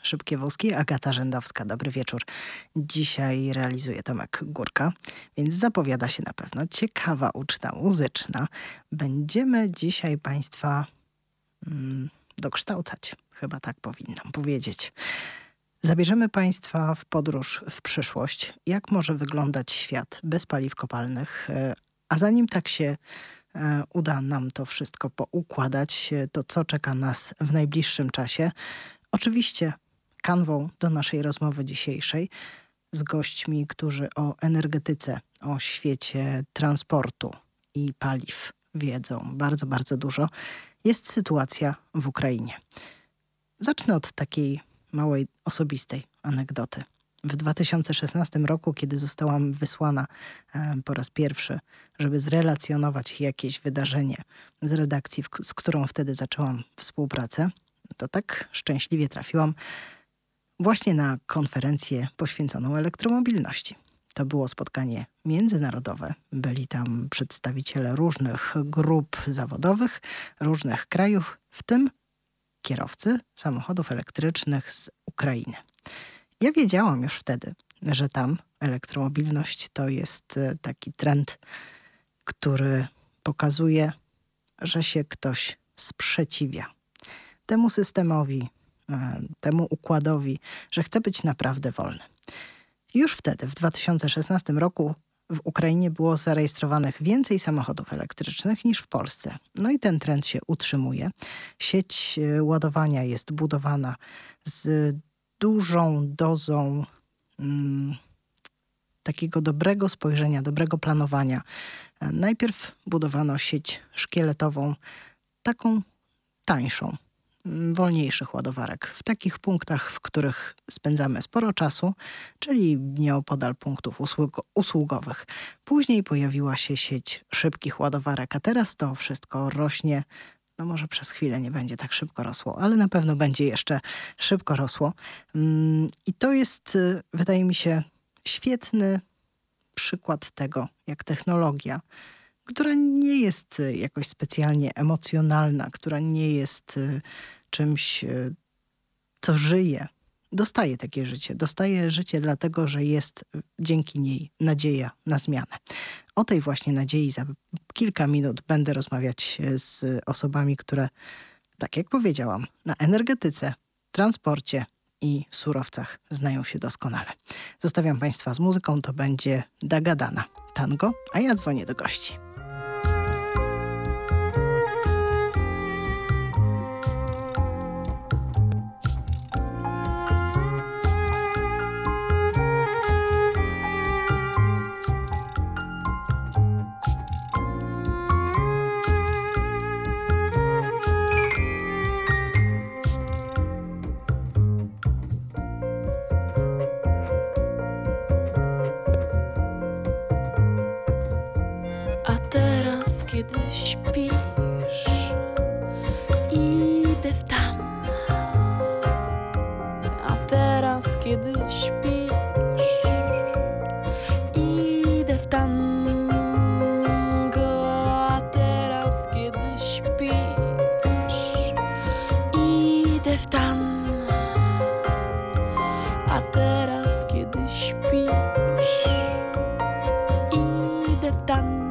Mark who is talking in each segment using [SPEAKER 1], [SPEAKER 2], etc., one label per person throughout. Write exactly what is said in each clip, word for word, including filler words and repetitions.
[SPEAKER 1] Szybkie wózki, Agata Rzędowska. Dobry wieczór. Dzisiaj realizuje Tomek Górka, więc zapowiada się na pewno ciekawa uczta muzyczna. Będziemy dzisiaj Państwa mm, dokształcać, chyba tak powinnam powiedzieć. Zabierzemy Państwa w podróż w przyszłość, jak może wyglądać świat bez paliw kopalnych, a zanim tak się uda nam to wszystko poukładać, to co czeka nas w najbliższym czasie. Oczywiście kanwą do naszej rozmowy dzisiejszej z gośćmi, którzy o energetyce, o świecie transportu i paliw wiedzą bardzo, bardzo dużo, jest sytuacja w Ukrainie. Zacznę od takiej małej, osobistej anegdoty. W dwa tysiące szesnastym roku, kiedy zostałam wysłana e, po raz pierwszy, żeby zrelacjonować jakieś wydarzenie z redakcji, w, z którą wtedy zaczęłam współpracę, to tak szczęśliwie trafiłam właśnie na konferencję poświęconą elektromobilności. To było spotkanie międzynarodowe. Byli tam przedstawiciele różnych grup zawodowych, różnych krajów, w tym kierowcy samochodów elektrycznych z Ukrainy. Ja wiedziałam już wtedy, że tam elektromobilność to jest taki trend, który pokazuje, że się ktoś sprzeciwia temu systemowi, temu układowi, że chce być naprawdę wolny. Już wtedy, w dwa tysiące szesnastym roku, w Ukrainie było zarejestrowanych więcej samochodów elektrycznych niż w Polsce. No i ten trend się utrzymuje. Sieć ładowania jest budowana z dużą dozą mm, takiego dobrego spojrzenia, dobrego planowania. Najpierw budowano sieć szkieletową, taką tańszą, wolniejszych ładowarek. W takich punktach, w których spędzamy sporo czasu, czyli nieopodal punktów usług- usługowych. Później pojawiła się sieć szybkich ładowarek, a teraz to wszystko rośnie. No może przez chwilę nie będzie tak szybko rosło, ale na pewno będzie jeszcze szybko rosło. I to jest, wydaje mi się, świetny przykład tego, jak technologia, która nie jest jakoś specjalnie emocjonalna, która nie jest czymś, co żyje, dostaje takie życie. Dostaje życie dlatego, że jest dzięki niej nadzieja na zmianę. O tej właśnie nadziei za kilka minut będę rozmawiać z osobami, które, tak jak powiedziałam, na energetyce, transporcie i surowcach znają się doskonale. Zostawiam Państwa z muzyką, to będzie Dagadana, tango, a ja dzwonię do gości.
[SPEAKER 2] Kiedy śpisz, idę w tan. A teraz, kiedy śpisz, idę w tango. A teraz, kiedy śpisz, idę w tan. A teraz, kiedy śpisz, idę w tan.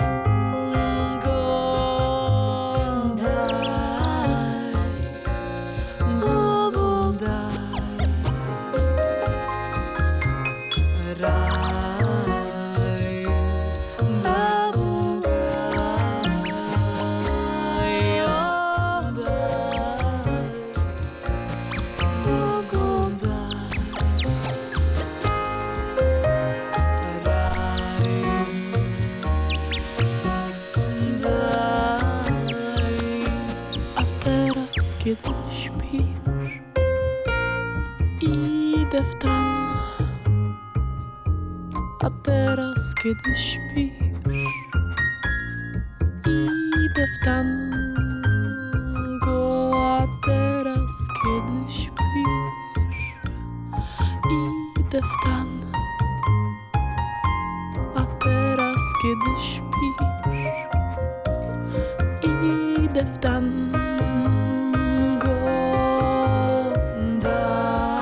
[SPEAKER 2] Kiedy śpisz, idę w tan. A teraz, kiedy śpisz, idę w tango. A teraz, kiedy śpisz, idę w tan. A teraz, kiedy śpisz, idę w tan. Da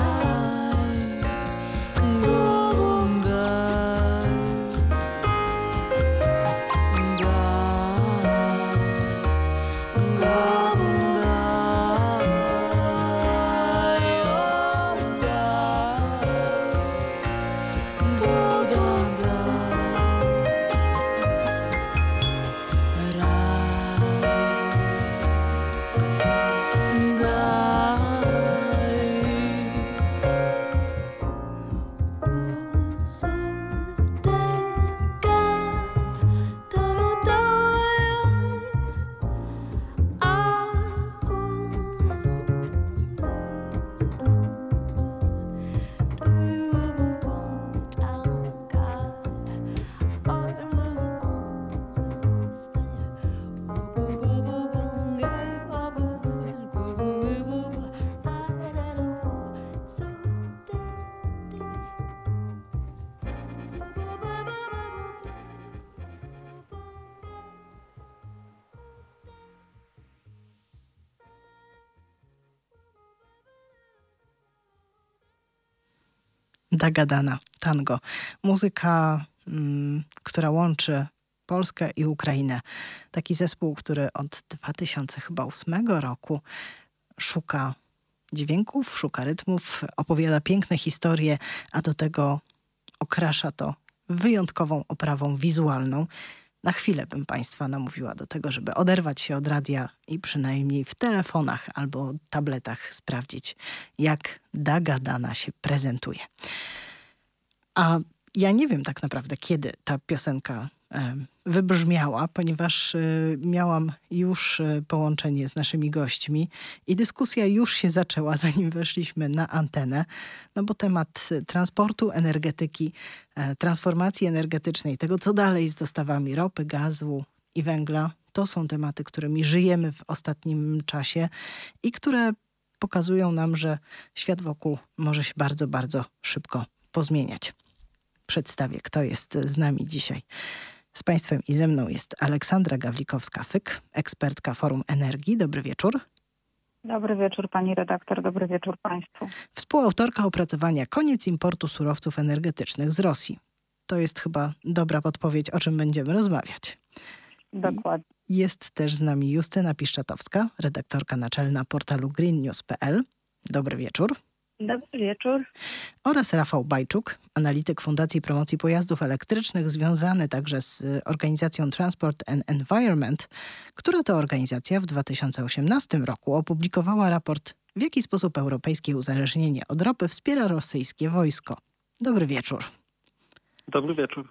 [SPEAKER 1] Dagadana, tango. Muzyka, mm, która łączy Polskę i Ukrainę. Taki zespół, który od dwa tysiące ósmego roku szuka dźwięków, szuka rytmów, opowiada piękne historie, a do tego okrasza to wyjątkową oprawą wizualną. Na chwilę bym Państwa namówiła do tego, żeby oderwać się od radia i przynajmniej w telefonach albo tabletach sprawdzić, jak Dagadana się prezentuje. A ja nie wiem tak naprawdę, kiedy ta piosenka e, wybrzmiała, ponieważ e, miałam już e, połączenie z naszymi gośćmi i dyskusja już się zaczęła, zanim weszliśmy na antenę, no bo temat transportu, energetyki, e, transformacji energetycznej, tego co dalej z dostawami ropy, gazu i węgla, to są tematy, którymi żyjemy w ostatnim czasie i które pokazują nam, że świat wokół może się bardzo, bardzo szybko pozmieniać. Przedstawię, kto jest z nami dzisiaj. Z Państwem i ze mną jest Aleksandra Gawlikowska-Fyk, ekspertka Forum Energii. Dobry wieczór.
[SPEAKER 3] Dobry wieczór pani redaktor, dobry wieczór państwu.
[SPEAKER 1] Współautorka opracowania Koniec importu surowców energetycznych z Rosji. To jest chyba dobra podpowiedź, o czym będziemy rozmawiać.
[SPEAKER 3] Dokładnie.
[SPEAKER 1] Jest też z nami Justyna Piszczatowska, redaktorka naczelna portalu green news kropka p l. Dobry wieczór.
[SPEAKER 3] Dobry wieczór.
[SPEAKER 1] Oraz Rafał Bajczuk, analityk Fundacji Promocji Pojazdów Elektrycznych, związany także z organizacją Transport and Environment, która to organizacja w dwa tysiące osiemnastym roku opublikowała raport W jaki sposób europejskie uzależnienie od ropy wspiera rosyjskie wojsko. Dobry wieczór.
[SPEAKER 4] Dobry wieczór.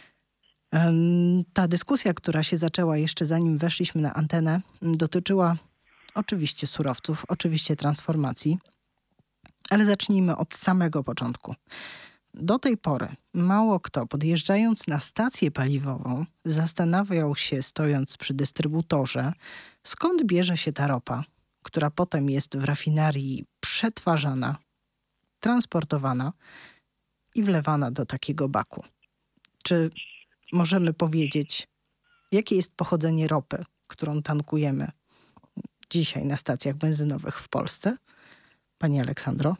[SPEAKER 1] Ta dyskusja, która się zaczęła jeszcze zanim weszliśmy na antenę, dotyczyła oczywiście surowców, oczywiście transformacji. Ale zacznijmy od samego początku. Do tej pory mało kto, podjeżdżając na stację paliwową, zastanawiał się, stojąc przy dystrybutorze, skąd bierze się ta ropa, która potem jest w rafinerii przetwarzana, transportowana i wlewana do takiego baku. Czy możemy powiedzieć, jakie jest pochodzenie ropy, którą tankujemy dzisiaj na stacjach benzynowych w Polsce? Pani Aleksandro?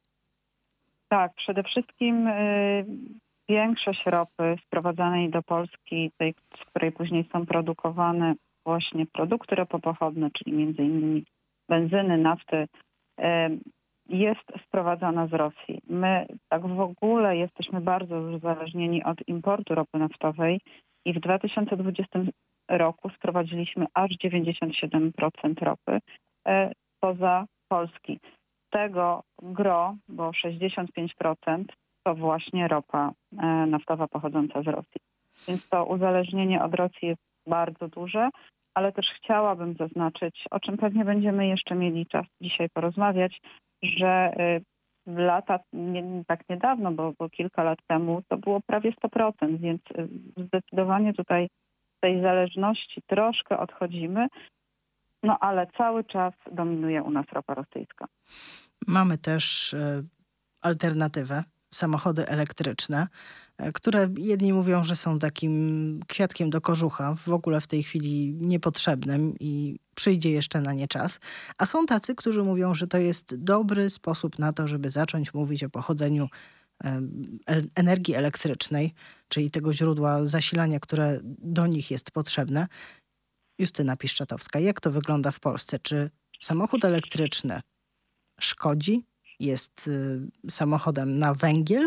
[SPEAKER 3] Tak, przede wszystkim y, większość ropy sprowadzanej do Polski, tej, z której później są produkowane właśnie produkty ropopochodne, czyli między innymi benzyny, nafty, y, jest sprowadzana z Rosji. My tak w ogóle jesteśmy bardzo uzależnieni od importu ropy naftowej i w dwa tysiące dwudziestym roku sprowadziliśmy aż dziewięćdziesiąt siedem procent ropy y, poza Polski. Tego gro, bo sześćdziesiąt pięć procent to właśnie ropa e, naftowa pochodząca z Rosji. Więc to uzależnienie od Rosji jest bardzo duże, ale też chciałabym zaznaczyć, o czym pewnie będziemy jeszcze mieli czas dzisiaj porozmawiać, że y, lata, nie, tak niedawno, bo, bo kilka lat temu to było prawie sto procent, więc y, zdecydowanie tutaj z tej zależności troszkę odchodzimy, no ale cały czas dominuje u nas ropa rosyjska.
[SPEAKER 1] Mamy też y, alternatywę, samochody elektryczne, y, które jedni mówią, że są takim kwiatkiem do kożucha, w ogóle w tej chwili niepotrzebnym i przyjdzie jeszcze na nie czas. A są tacy, którzy mówią, że to jest dobry sposób na to, żeby zacząć mówić o pochodzeniu y, energii elektrycznej, czyli tego źródła zasilania, które do nich jest potrzebne. Justyna Piszczatowska, jak to wygląda w Polsce? Czy samochód elektryczny szkodzi? Jest y, samochodem na węgiel?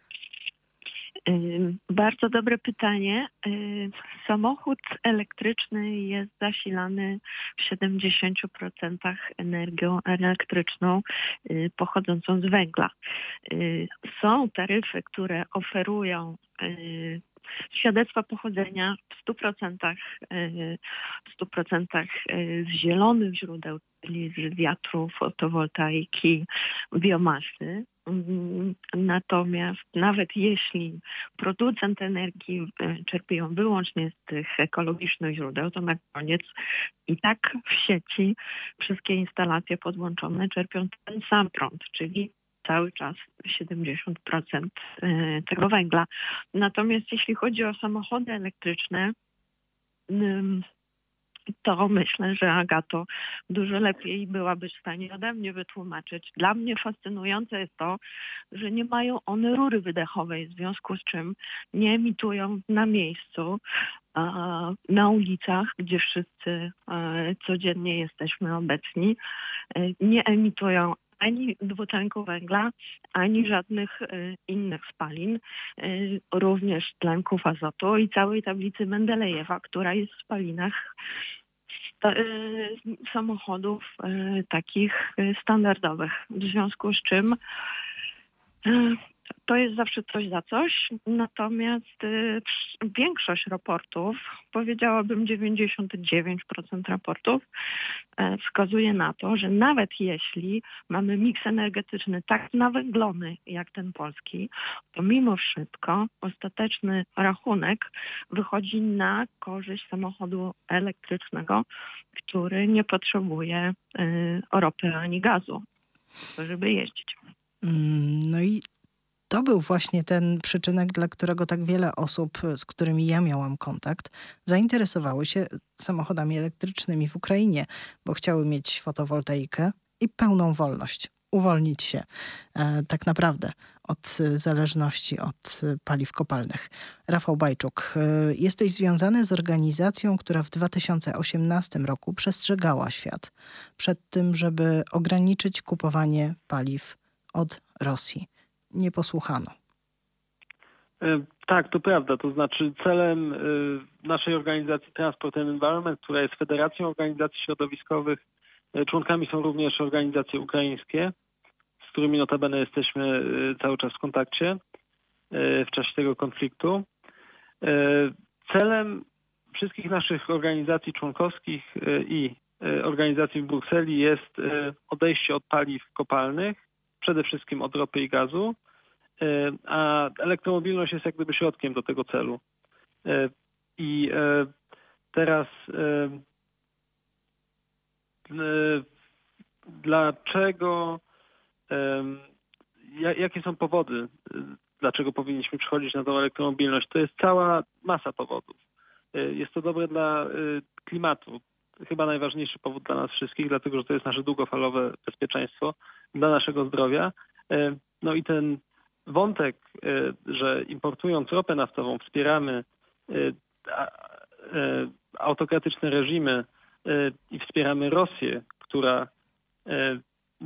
[SPEAKER 5] Bardzo dobre pytanie. Samochód elektryczny jest zasilany w siedemdziesiąt procent energią elektryczną pochodzącą z węgla. Są taryfy, które oferują świadectwa pochodzenia w stu procentach, w stu procentach z zielonych źródeł, czyli z wiatru, fotowoltaiki, biomasy. Natomiast nawet jeśli producent energii czerpie ją wyłącznie z tych ekologicznych źródeł, to na koniec i tak w sieci wszystkie instalacje podłączone czerpią ten sam prąd, czyli cały czas siedemdziesiąt procent tego węgla. Natomiast jeśli chodzi o samochody elektryczne, to myślę, że Agato dużo lepiej byłabyś w stanie ode mnie wytłumaczyć. Dla mnie fascynujące jest to, że nie mają one rury wydechowej, w związku z czym nie emitują na miejscu, a, na ulicach, gdzie wszyscy e, codziennie jesteśmy obecni, e, nie emitują ani dwutlenku węgla, ani żadnych e, innych spalin, e, również tlenków azotu i całej tablicy Mendelejewa, która jest w spalinach sta- e, samochodów e, takich e, standardowych. W związku z czym e, to jest zawsze coś za coś, natomiast y, psz- większość raportów, powiedziałabym dziewięćdziesiąt dziewięć procent raportów, e, wskazuje na to, że nawet jeśli mamy miks energetyczny tak nawęglony jak ten polski, to mimo wszystko ostateczny rachunek wychodzi na korzyść samochodu elektrycznego, który nie potrzebuje y, ropy ani gazu, żeby jeździć.
[SPEAKER 1] Mm, No i to był właśnie ten przyczynek, dla którego tak wiele osób, z którymi ja miałam kontakt, zainteresowały się samochodami elektrycznymi w Ukrainie, bo chciały mieć fotowoltaikę i pełną wolność, uwolnić się e, tak naprawdę od e, zależności od e, paliw kopalnych. Rafał Bajczuk, e, jesteś związany z organizacją, która w dwa tysiące osiemnastym roku przestrzegała świat przed tym, żeby ograniczyć kupowanie paliw od Rosji. Nie posłuchano.
[SPEAKER 4] E, Tak, to prawda. To znaczy celem e, naszej organizacji Transport and Environment, która jest Federacją Organizacji Środowiskowych, e, członkami są również organizacje ukraińskie, z którymi notabene jesteśmy e, cały czas w kontakcie e, w czasie tego konfliktu. E, Celem wszystkich naszych organizacji członkowskich e, i e, organizacji w Brukseli jest e, odejście od paliw kopalnych, przede wszystkim od ropy i gazu, e, a elektromobilność jest jak gdyby środkiem do tego celu. E, I e, teraz e, e, dlaczego, e, ja- jakie są powody, e, dlaczego powinniśmy przechodzić na tą elektromobilność? To jest cała masa powodów. E, Jest to dobre dla e, klimatu. Chyba najważniejszy powód dla nas wszystkich, dlatego że to jest nasze długofalowe bezpieczeństwo dla naszego zdrowia. E, No i ten wątek, e, że importując ropę naftową wspieramy e, a- e, autokratyczne reżimy e, i wspieramy Rosję, która e,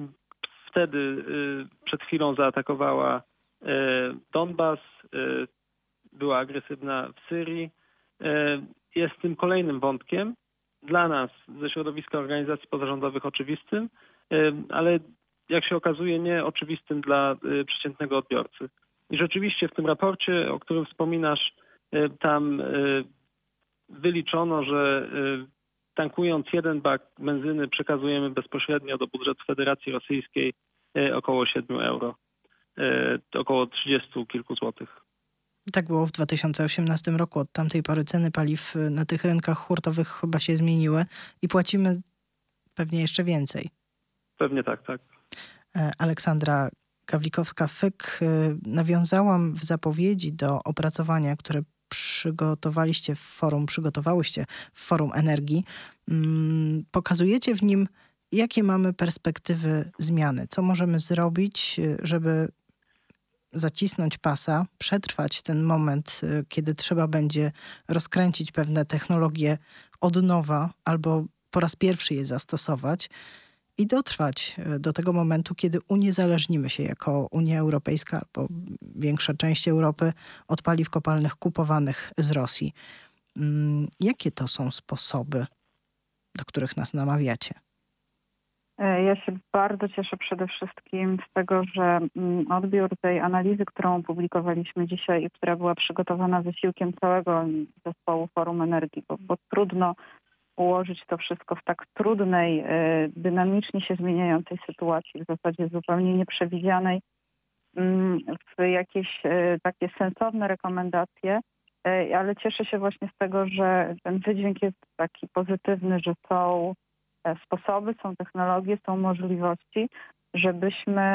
[SPEAKER 4] wtedy e, przed chwilą zaatakowała e, Donbas, e, była agresywna w Syrii, e, jest tym kolejnym wątkiem, dla nas ze środowiska organizacji pozarządowych oczywistym, y, ale jak się okazuje nieoczywistym dla y, przeciętnego odbiorcy. I rzeczywiście w tym raporcie, o którym wspominasz, y, tam y, wyliczono, że y, tankując jeden bak benzyny przekazujemy bezpośrednio do budżetu Federacji Rosyjskiej y, około siedem euro, y, około trzydzieści kilku złotych.
[SPEAKER 1] Tak było w dwa tysiące osiemnastym roku. Od tamtej pory ceny paliw y, na tych rynkach hurtowych chyba się zmieniły i płacimy pewnie jeszcze więcej.
[SPEAKER 4] Pewnie tak, tak.
[SPEAKER 1] E, Aleksandra Gawlikowska-Fyk. y, Nawiązałam w zapowiedzi do opracowania, które przygotowaliście w forum, przygotowałyście w Forum Energii. Mm, Pokazujecie w nim, jakie mamy perspektywy zmiany. Co możemy zrobić, y, żeby zacisnąć pasa, przetrwać ten moment, y, kiedy trzeba będzie rozkręcić pewne technologie od nowa albo po raz pierwszy je zastosować i dotrwać y, do tego momentu, kiedy uniezależnimy się jako Unia Europejska albo większa część Europy od paliw kopalnych kupowanych z Rosji. Mm, Jakie to są sposoby, do których nas namawiacie?
[SPEAKER 3] E, Ja się bardzo cieszę przede wszystkim z tego, że mm, odbiór tej analizy, którą opublikowaliśmy dzisiaj i która była przygotowana wysiłkiem całego zespołu Forum Energii, bo, bo trudno ułożyć to wszystko w tak trudnej, e, dynamicznie się zmieniającej sytuacji, w zasadzie zupełnie nieprzewidzianej, mm, w jakieś e, takie sensowne rekomendacje, E, ale cieszę się właśnie z tego, że ten wydźwięk jest taki pozytywny, że są e, sposoby, są technologie, są możliwości, żebyśmy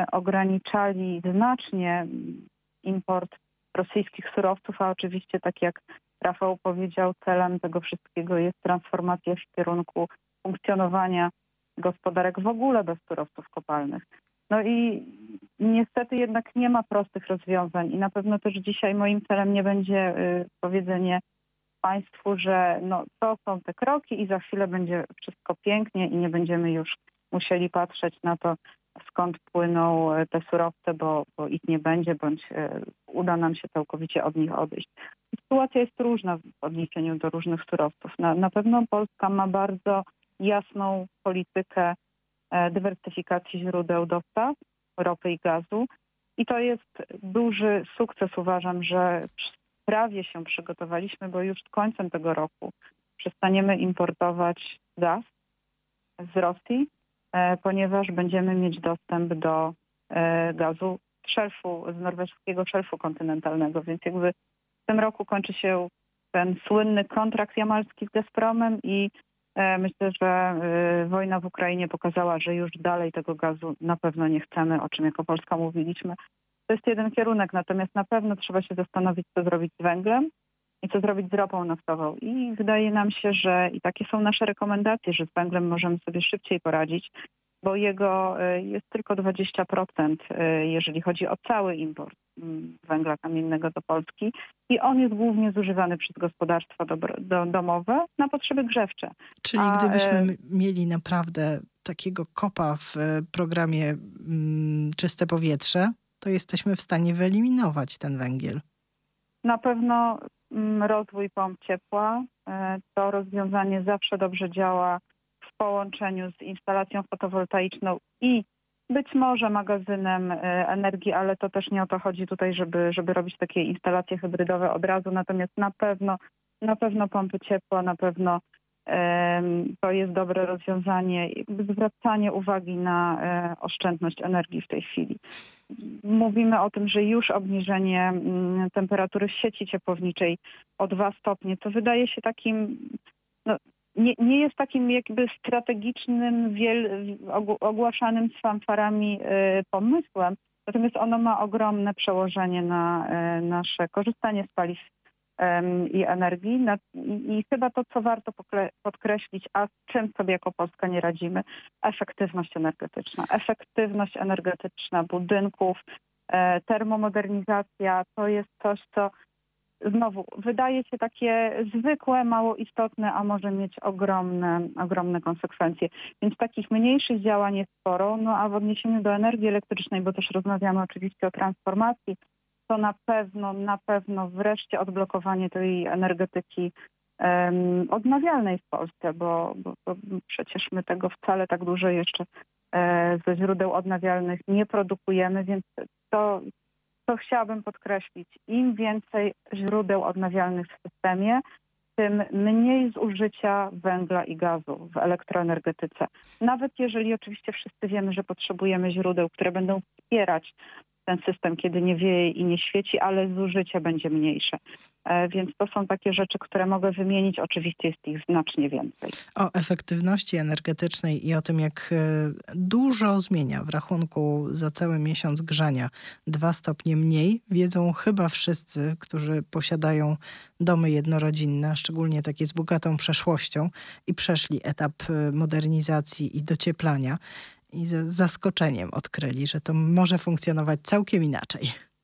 [SPEAKER 3] ograniczali znacznie mm, import rosyjskich surowców, a oczywiście tak jak Rafał powiedział, celem tego wszystkiego jest transformacja w kierunku funkcjonowania gospodarek w ogóle bez surowców kopalnych. No i niestety jednak nie ma prostych rozwiązań i na pewno też dzisiaj moim celem nie będzie y, powiedzenie Państwu, że no, to są te kroki i za chwilę będzie wszystko pięknie i nie będziemy już musieli patrzeć na to, skąd płyną te surowce, bo, bo ich nie będzie, bądź y, uda nam się całkowicie od nich odejść. Sytuacja jest różna w odniesieniu do różnych surowców. Na, na pewno Polska ma bardzo jasną politykę e, dywersyfikacji źródeł dostaw ropy i gazu i to jest duży sukces. Uważam, że prawie się przygotowaliśmy, bo już z końcem tego roku przestaniemy importować gaz z Rosji, e, ponieważ będziemy mieć dostęp do e, gazu z szelfu, z norweskiego szelfu kontynentalnego, więc jakby w tym roku kończy się ten słynny kontrakt jamalski z Gazpromem i e, myślę, że e, wojna w Ukrainie pokazała, że już dalej tego gazu na pewno nie chcemy, o czym jako Polska mówiliśmy. To jest jeden kierunek, natomiast na pewno trzeba się zastanowić, co zrobić z węglem i co zrobić z ropą naftową. I wydaje nam się, że i takie są nasze rekomendacje, że z węglem możemy sobie szybciej poradzić, bo jego e, jest tylko dwadzieścia procent, e, jeżeli chodzi o cały import mm, węgla kamiennego do Polski i on jest głównie zużywany przez gospodarstwa do, do, domowe na potrzeby grzewcze.
[SPEAKER 1] Czyli
[SPEAKER 3] A,
[SPEAKER 1] gdybyśmy
[SPEAKER 3] e,
[SPEAKER 1] m- mieli naprawdę takiego kopa w e, programie mm, Czyste Powietrze, to jesteśmy w stanie wyeliminować ten węgiel.
[SPEAKER 3] Na pewno mm, rozwój pomp ciepła, e, to rozwiązanie zawsze dobrze działa w połączeniu z instalacją fotowoltaiczną i być może magazynem e, energii, ale to też nie o to chodzi tutaj, żeby, żeby robić takie instalacje hybrydowe od razu. Natomiast na pewno, na pewno pompy ciepła, na pewno e, to jest dobre rozwiązanie. Jakby zwracanie uwagi na e, oszczędność energii w tej chwili. Mówimy o tym, że już obniżenie mm, temperatury w sieci ciepłowniczej o dwa stopnie, to wydaje się takim, no, nie, nie jest takim jakby strategicznym, wiel, ogł- ogłaszanym z fanfarami y, pomysłem, natomiast ono ma ogromne przełożenie na y, nasze korzystanie z paliw em, i energii. Na, i, I chyba to, co warto pokle- podkreślić, a z czym sobie jako Polska nie radzimy, efektywność energetyczna. Efektywność energetyczna budynków, e, termomodernizacja, to jest coś, co znowu wydaje się takie zwykłe, mało istotne, a może mieć ogromne, ogromne konsekwencje. Więc takich mniejszych działań jest sporo, no a w odniesieniu do energii elektrycznej, bo też rozmawiamy oczywiście o transformacji, to na pewno, na pewno wreszcie odblokowanie tej energetyki um, odnawialnej w Polsce, bo, bo, bo przecież my tego wcale tak dużo jeszcze e, ze źródeł odnawialnych nie produkujemy, więc to, to chciałabym podkreślić. Im więcej źródeł odnawialnych w systemie, tym mniej zużycia węgla i gazu w elektroenergetyce. Nawet jeżeli oczywiście wszyscy wiemy, że potrzebujemy źródeł, które będą wspierać ten system, kiedy nie wieje i nie świeci, ale zużycie będzie mniejsze. E, więc to są takie rzeczy, które mogę wymienić. Oczywiście jest ich znacznie więcej.
[SPEAKER 1] O efektywności energetycznej i o tym, jak e, dużo zmienia w rachunku za cały miesiąc grzania dwa stopnie mniej, wiedzą chyba wszyscy, którzy posiadają domy jednorodzinne, a szczególnie takie z bogatą przeszłością i przeszli etap e, modernizacji i docieplania. I z zaskoczeniem odkryli, że to może funkcjonować całkiem inaczej.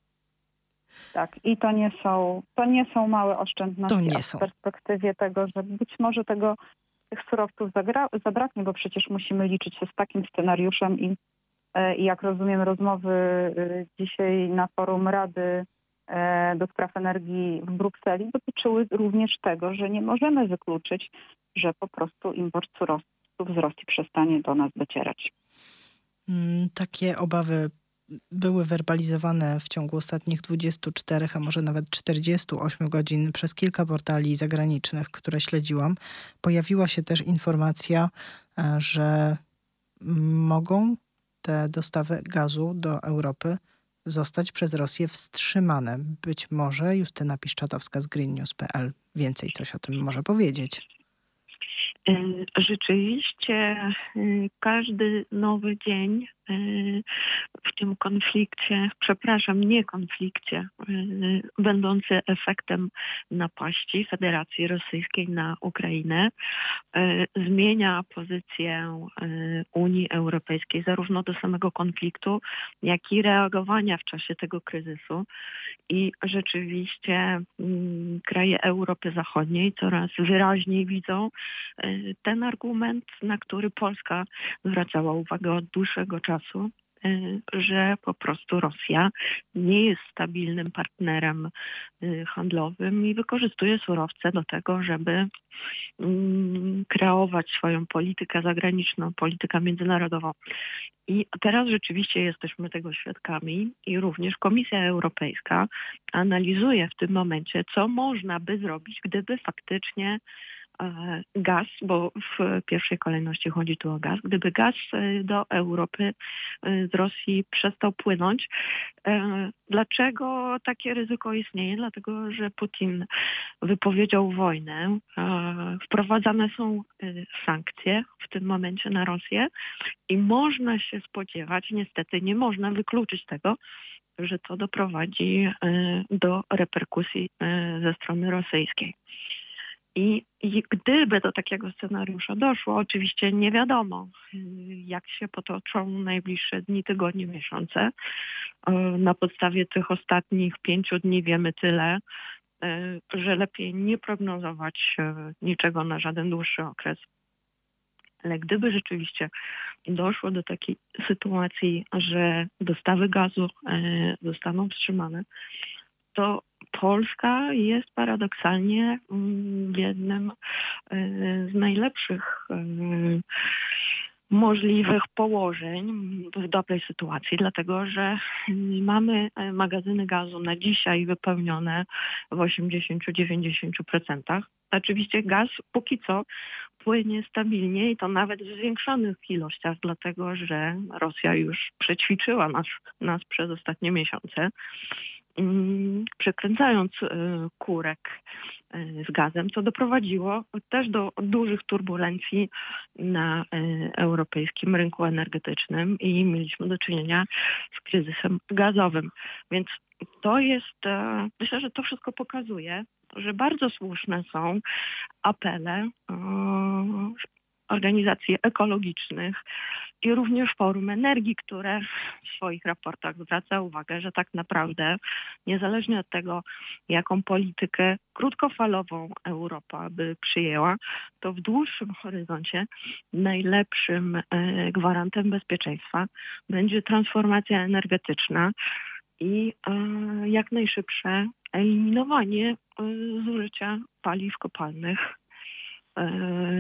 [SPEAKER 3] Tak, i to nie są, to nie są małe oszczędności,
[SPEAKER 1] To nie
[SPEAKER 3] a
[SPEAKER 1] są.
[SPEAKER 3] w perspektywie tego, że być może tego, tych surowców zagra- zabraknie, bo przecież musimy liczyć się z takim scenariuszem i, e, i jak rozumiem rozmowy e, dzisiaj na forum Rady e, do spraw energii w Brukseli dotyczyły również tego, że nie możemy wykluczyć, że po prostu import surowców z Rosji przestanie do nas docierać.
[SPEAKER 1] Mm, Takie obawy były werbalizowane w ciągu ostatnich dwudziestu czterech, a może nawet czterdziestu ośmiu godzin przez kilka portali zagranicznych, które śledziłam. Pojawiła się też informacja, e, że mogą te dostawy gazu do Europy zostać przez Rosję wstrzymane. Być może Justyna Piszczatowska z green news kropka p l więcej coś o tym może powiedzieć.
[SPEAKER 5] Y, Rzeczywiście y, każdy nowy dzień w tym konflikcie, przepraszam, nie konflikcie, będący efektem napaści Federacji Rosyjskiej na Ukrainę, zmienia pozycję Unii Europejskiej zarówno do samego konfliktu, jak i reagowania w czasie tego kryzysu. I rzeczywiście mm, kraje Europy Zachodniej coraz wyraźniej widzą y, ten argument, na który Polska zwracała uwagę od dłuższego czasu, y, że po prostu Rosja nie jest stabilnym partnerem y, handlowym i wykorzystuje surowce do tego, żeby mm, kreować swoją politykę zagraniczną, politykę międzynarodową. I teraz rzeczywiście jesteśmy tego świadkami i również Komisja Europejska analizuje w tym momencie, co można by zrobić, gdyby faktycznie e, gaz, bo w pierwszej kolejności chodzi tu o gaz, gdyby gaz e, do Europy e, z Rosji przestał płynąć. E, Dlaczego takie ryzyko istnieje? Dlatego, że Putin wypowiedział wojnę. E, Wprowadzane są e, sankcje w tym momencie na Rosję i można się spodziewać, niestety nie można wykluczyć tego, że to doprowadzi e, do reperkusji e, ze strony rosyjskiej. I, I gdyby do takiego scenariusza doszło, oczywiście nie wiadomo, y, jak się potoczą najbliższe dni, tygodnie, miesiące. Y, Na podstawie tych ostatnich pięciu dni wiemy tyle, y, że lepiej nie prognozować y, niczego na żaden dłuższy okres. Ale gdyby rzeczywiście doszło do takiej sytuacji, że dostawy gazu y, zostaną wstrzymane, to Polska jest paradoksalnie mm, w jednym y, z najlepszych y, możliwych położeń w dobrej sytuacji, dlatego że y, mamy y, magazyny gazu na dzisiaj wypełnione w osiemdziesiąt do dziewięćdziesięciu procent. Oczywiście gaz póki co płynie stabilnie i to nawet w zwiększonych ilościach, dlatego że Rosja już przećwiczyła nas, nas przez ostatnie miesiące, mm, przekręcając y, kurek y, z gazem, co doprowadziło też do dużych turbulencji na y, europejskim rynku energetycznym i mieliśmy do czynienia z kryzysem gazowym. Więc to jest, e, myślę, że to wszystko pokazuje, że bardzo słuszne są apele e, organizacji ekologicznych i również Forum Energii, które w swoich raportach zwraca uwagę, że tak naprawdę niezależnie od tego, jaką politykę krótkofalową Europa by przyjęła, to w dłuższym horyzoncie najlepszym e, gwarantem bezpieczeństwa będzie transformacja energetyczna i e, jak najszybsze eliminowanie e, zużycia paliw kopalnych, e,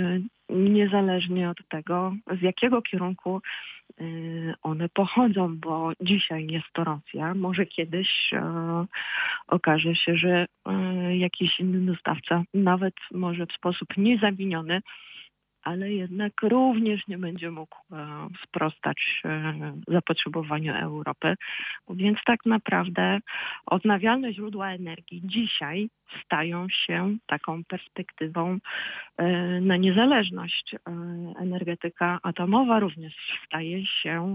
[SPEAKER 5] niezależnie od tego, z jakiego kierunku e, one pochodzą, bo dzisiaj jest to Rosja. Może kiedyś e, okaże się, że e, jakiś inny dostawca, nawet może w sposób niezawiniony, ale jednak również nie będzie mógł e, sprostać e, zapotrzebowaniu Europy. Więc tak naprawdę odnawialne źródła energii dzisiaj stają się taką perspektywą e, na niezależność. E, energetyka atomowa również staje się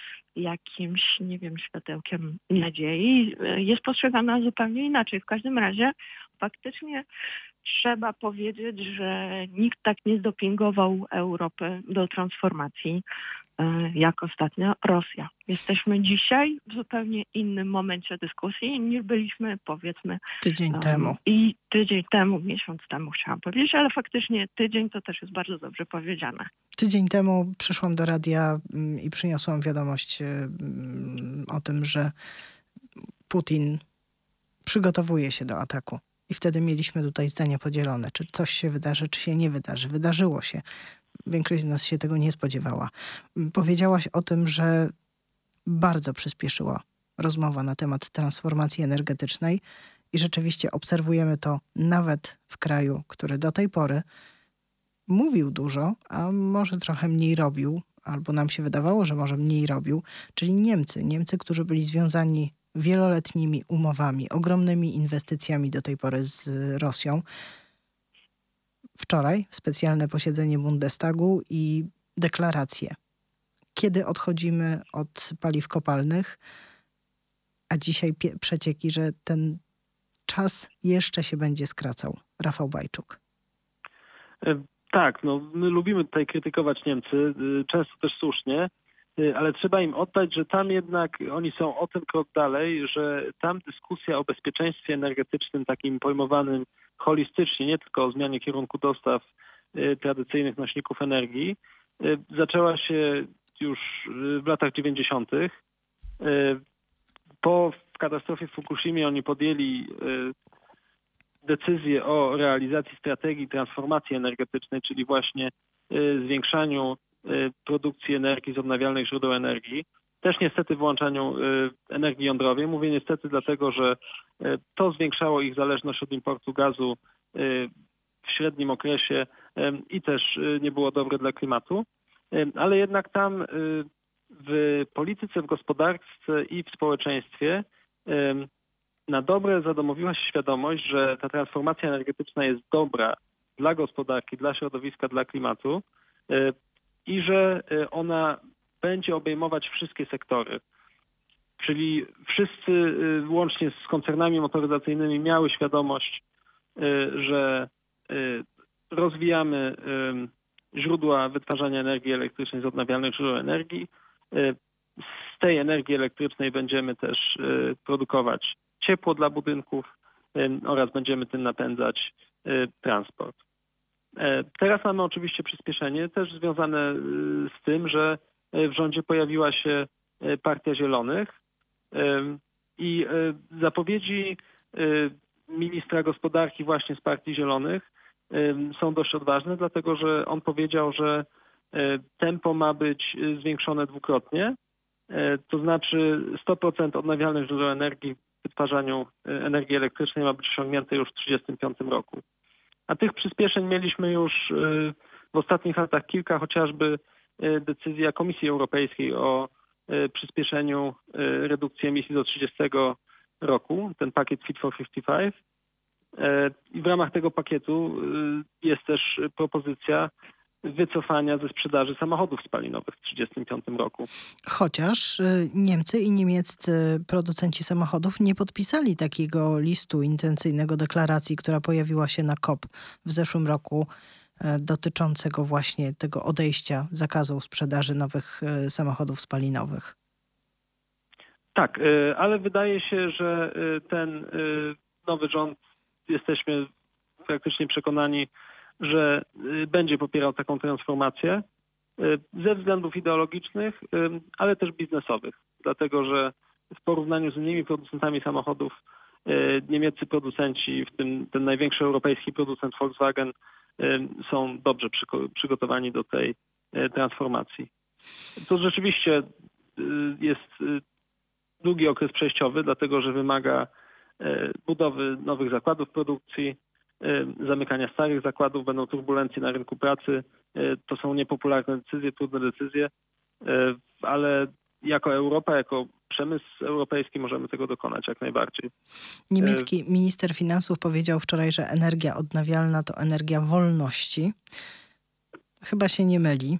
[SPEAKER 5] jakimś, nie wiem, światełkiem nadziei. E, Jest postrzegana zupełnie inaczej. W każdym razie faktycznie trzeba powiedzieć, że nikt tak nie zdopingował Europy do transformacji e, jak ostatnio Rosja. Jesteśmy dzisiaj w zupełnie innym momencie dyskusji niż byliśmy, powiedzmy,
[SPEAKER 1] Tydzień
[SPEAKER 5] e,
[SPEAKER 1] temu.
[SPEAKER 5] i tydzień temu, miesiąc temu chciałam powiedzieć, ale faktycznie tydzień to też jest bardzo dobrze powiedziane.
[SPEAKER 1] Tydzień temu przyszłam do radia mm, i przyniosłam wiadomość mm, o tym, że Putin przygotowuje się do ataku. I wtedy mieliśmy tutaj zdania podzielone, czy coś się wydarzy, czy się nie wydarzy. Wydarzyło się. Większość z nas się tego nie spodziewała. Powiedziałaś o tym, że bardzo przyspieszyła rozmowa na temat transformacji energetycznej i rzeczywiście obserwujemy to nawet w kraju, który do tej pory mówił dużo, a może trochę mniej robił, albo nam się wydawało, że może mniej robił, czyli Niemcy. Niemcy, którzy byli związani wieloletnimi umowami, ogromnymi inwestycjami do tej pory z Rosją. Wczoraj specjalne posiedzenie Bundestagu i deklaracje kiedy odchodzimy od paliw kopalnych, a dzisiaj pie- przecieki, że ten czas jeszcze się będzie skracał. Rafał Bajczuk.
[SPEAKER 4] E, Tak, no my lubimy tutaj krytykować Niemcy, y, często też słusznie, y, ale trzeba im oddać, że tam jednak oni są o ten krok dalej, że tam dyskusja o bezpieczeństwie energetycznym takim pojmowanym holistycznie, nie tylko o zmianie kierunku dostaw y, tradycyjnych nośników energii, y, zaczęła się już y, w latach dziewięćdziesiątych. Y, Po katastrofie w Fukushimie oni podjęli y, decyzję o realizacji strategii transformacji energetycznej, czyli właśnie y, zwiększaniu y, produkcji energii z odnawialnych źródeł energii. Też niestety wyłączaniu y, energii jądrowej. Mówię niestety dlatego, że y, to zwiększało ich zależność od importu gazu y, w średnim okresie y, i też y, nie było dobre dla klimatu. Y, ale jednak tam y, w polityce, w gospodarce i w społeczeństwie y, na dobre zadomowiła się świadomość, że ta transformacja energetyczna jest dobra dla gospodarki, dla środowiska, dla klimatu y, i że y, ona będzie obejmować wszystkie sektory. Czyli wszyscy y, łącznie z koncernami motoryzacyjnymi miały świadomość, y, że y, rozwijamy y, źródła wytwarzania energii elektrycznej z odnawialnych źródeł energii. Y, z tej energii elektrycznej będziemy też y, produkować ciepło dla budynków oraz będziemy tym napędzać transport. Teraz mamy oczywiście przyspieszenie też związane z tym, że w rządzie pojawiła się Partia Zielonych i zapowiedzi ministra gospodarki właśnie z Partii Zielonych są dość odważne, dlatego że on powiedział, że tempo ma być zwiększone dwukrotnie, to znaczy sto procent odnawialnych źródeł energii w wytwarzaniu energii elektrycznej ma być osiągnięte już w tysiąc trzydziestym piątym roku. A tych przyspieszeń mieliśmy już w ostatnich latach kilka, chociażby decyzja Komisji Europejskiej o przyspieszeniu redukcji emisji do trzydziestego roku, ten pakiet Fit for pięćdziesiąt pięć. I w ramach tego pakietu jest też propozycja wycofania ze sprzedaży samochodów spalinowych w tysiąc trzydziestym piątym roku.
[SPEAKER 1] Chociaż y, Niemcy i niemieccy producenci samochodów nie podpisali takiego listu intencyjnego deklaracji, która pojawiła się na COP w zeszłym roku, y, dotyczącego właśnie tego odejścia, zakazu sprzedaży nowych y, samochodów spalinowych.
[SPEAKER 4] Tak, y, ale wydaje się, że y, ten y, nowy rząd, jesteśmy praktycznie przekonani, że będzie popierał taką transformację ze względów ideologicznych, ale też biznesowych. Dlatego, że w porównaniu z innymi producentami samochodów niemieccy producenci, w tym ten największy europejski producent Volkswagen, są dobrze przygotowani do tej transformacji. To rzeczywiście jest długi okres przejściowy, dlatego że wymaga budowy nowych zakładów produkcji, zamykania starych zakładów, będą turbulencje na rynku pracy. To są niepopularne decyzje, trudne decyzje, ale jako Europa, jako przemysł europejski możemy tego dokonać jak najbardziej.
[SPEAKER 1] Niemiecki minister finansów powiedział wczoraj, że energia odnawialna to energia wolności. Chyba się nie myli,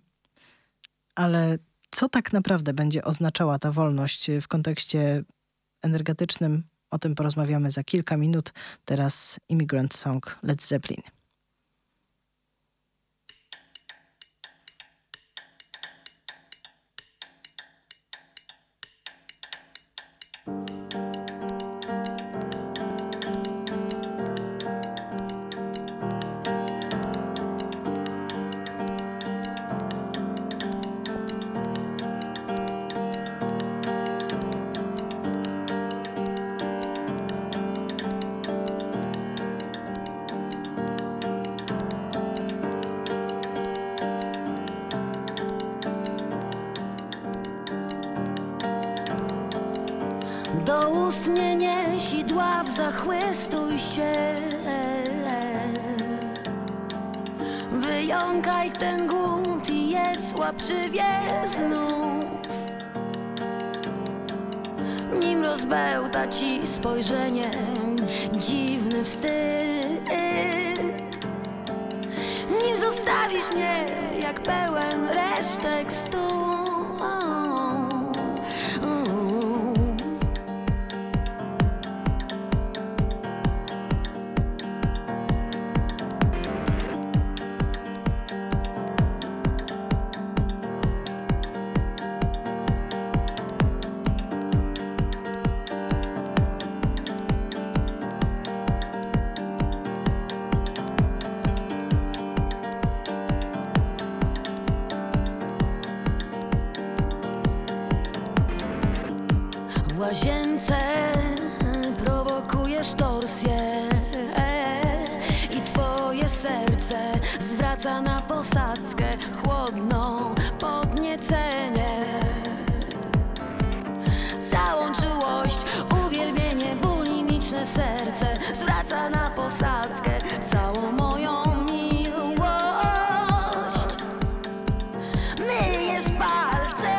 [SPEAKER 1] ale co tak naprawdę będzie oznaczała ta wolność w kontekście energetycznym? O tym porozmawiamy za kilka minut. Teraz Immigrant Song Led Zeppelin.
[SPEAKER 6] Do ust mnie nieś i dław, zachłystuj się. Wyjąkaj ten głód i jedz łapczywie znów. Nim rozbełta ci spojrzenie dziwny wstyd. Nim zostawisz mnie jak pełen resztek stóp. łazience prowokujesz torsję i twoje serce zwraca na posadzkę chłodną podniecenie. Całą czułość, uwielbienie, bulimiczne serce zwraca na posadzkę całą moją miłość. Myjesz palce.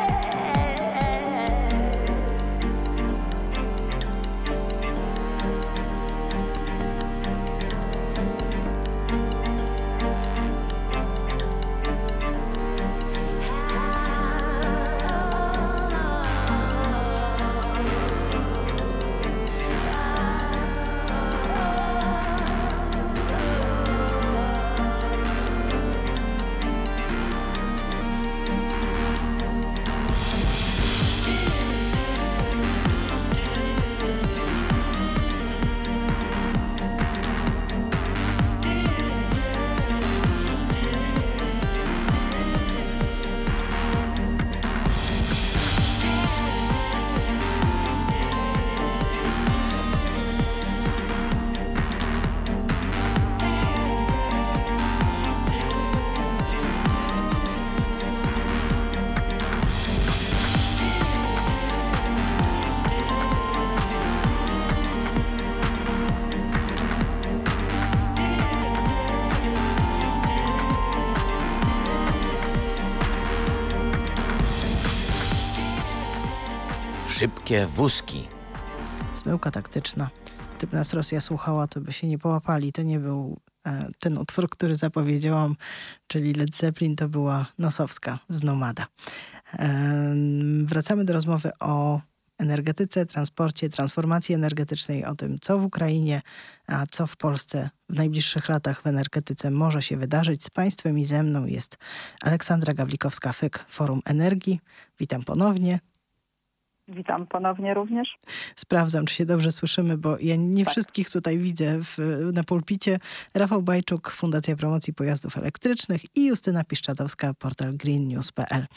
[SPEAKER 7] Szybkie wózki.
[SPEAKER 1] Zmyłka taktyczna. Gdyby nas Rosja słuchała, to by się nie połapali. To nie był e, ten utwór, który zapowiedziałam, czyli Led Zeppelin, to była Nosowska z Nomada. E, wracamy do rozmowy o energetyce, transporcie, transformacji energetycznej, o tym, co w Ukrainie, a co w Polsce w najbliższych latach w energetyce może się wydarzyć. Z Państwem i ze mną jest Aleksandra Gawlikowska-Fyk, Forum Energii. Witam ponownie.
[SPEAKER 3] Witam ponownie również.
[SPEAKER 1] Sprawdzam, czy się dobrze słyszymy, bo ja nie
[SPEAKER 3] Tak.
[SPEAKER 1] wszystkich tutaj widzę w, na pulpicie. Rafał Bajczuk, Fundacja Promocji Pojazdów Elektrycznych i Justyna Piszczatowska, portal green news kropka p l.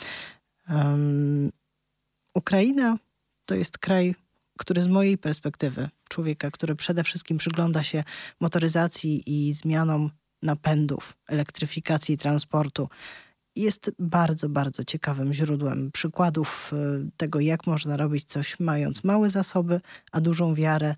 [SPEAKER 1] Um, Ukraina to jest kraj, który z mojej perspektywy, człowieka, który przede wszystkim przygląda się motoryzacji i zmianom napędów, elektryfikacji transportu, jest bardzo, bardzo ciekawym źródłem przykładów tego, jak można robić coś mając małe zasoby, a dużą wiarę,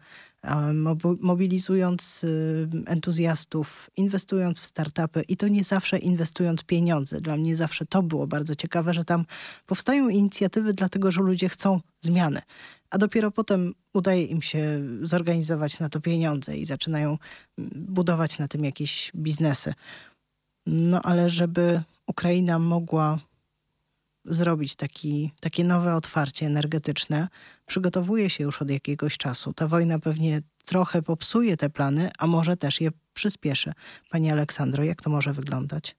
[SPEAKER 1] mobilizując entuzjastów, inwestując w startupy i to nie zawsze inwestując pieniądze. Dla mnie zawsze to było bardzo ciekawe, że tam powstają inicjatywy dlatego, że ludzie chcą zmiany, a dopiero potem udaje im się zorganizować na to pieniądze i zaczynają budować na tym jakieś biznesy. No ale żeby Ukraina mogła zrobić taki, takie nowe otwarcie energetyczne, przygotowuje się już od jakiegoś czasu. Ta wojna pewnie trochę popsuje te plany, a może też je przyspieszy. Pani Aleksandro, jak to może wyglądać?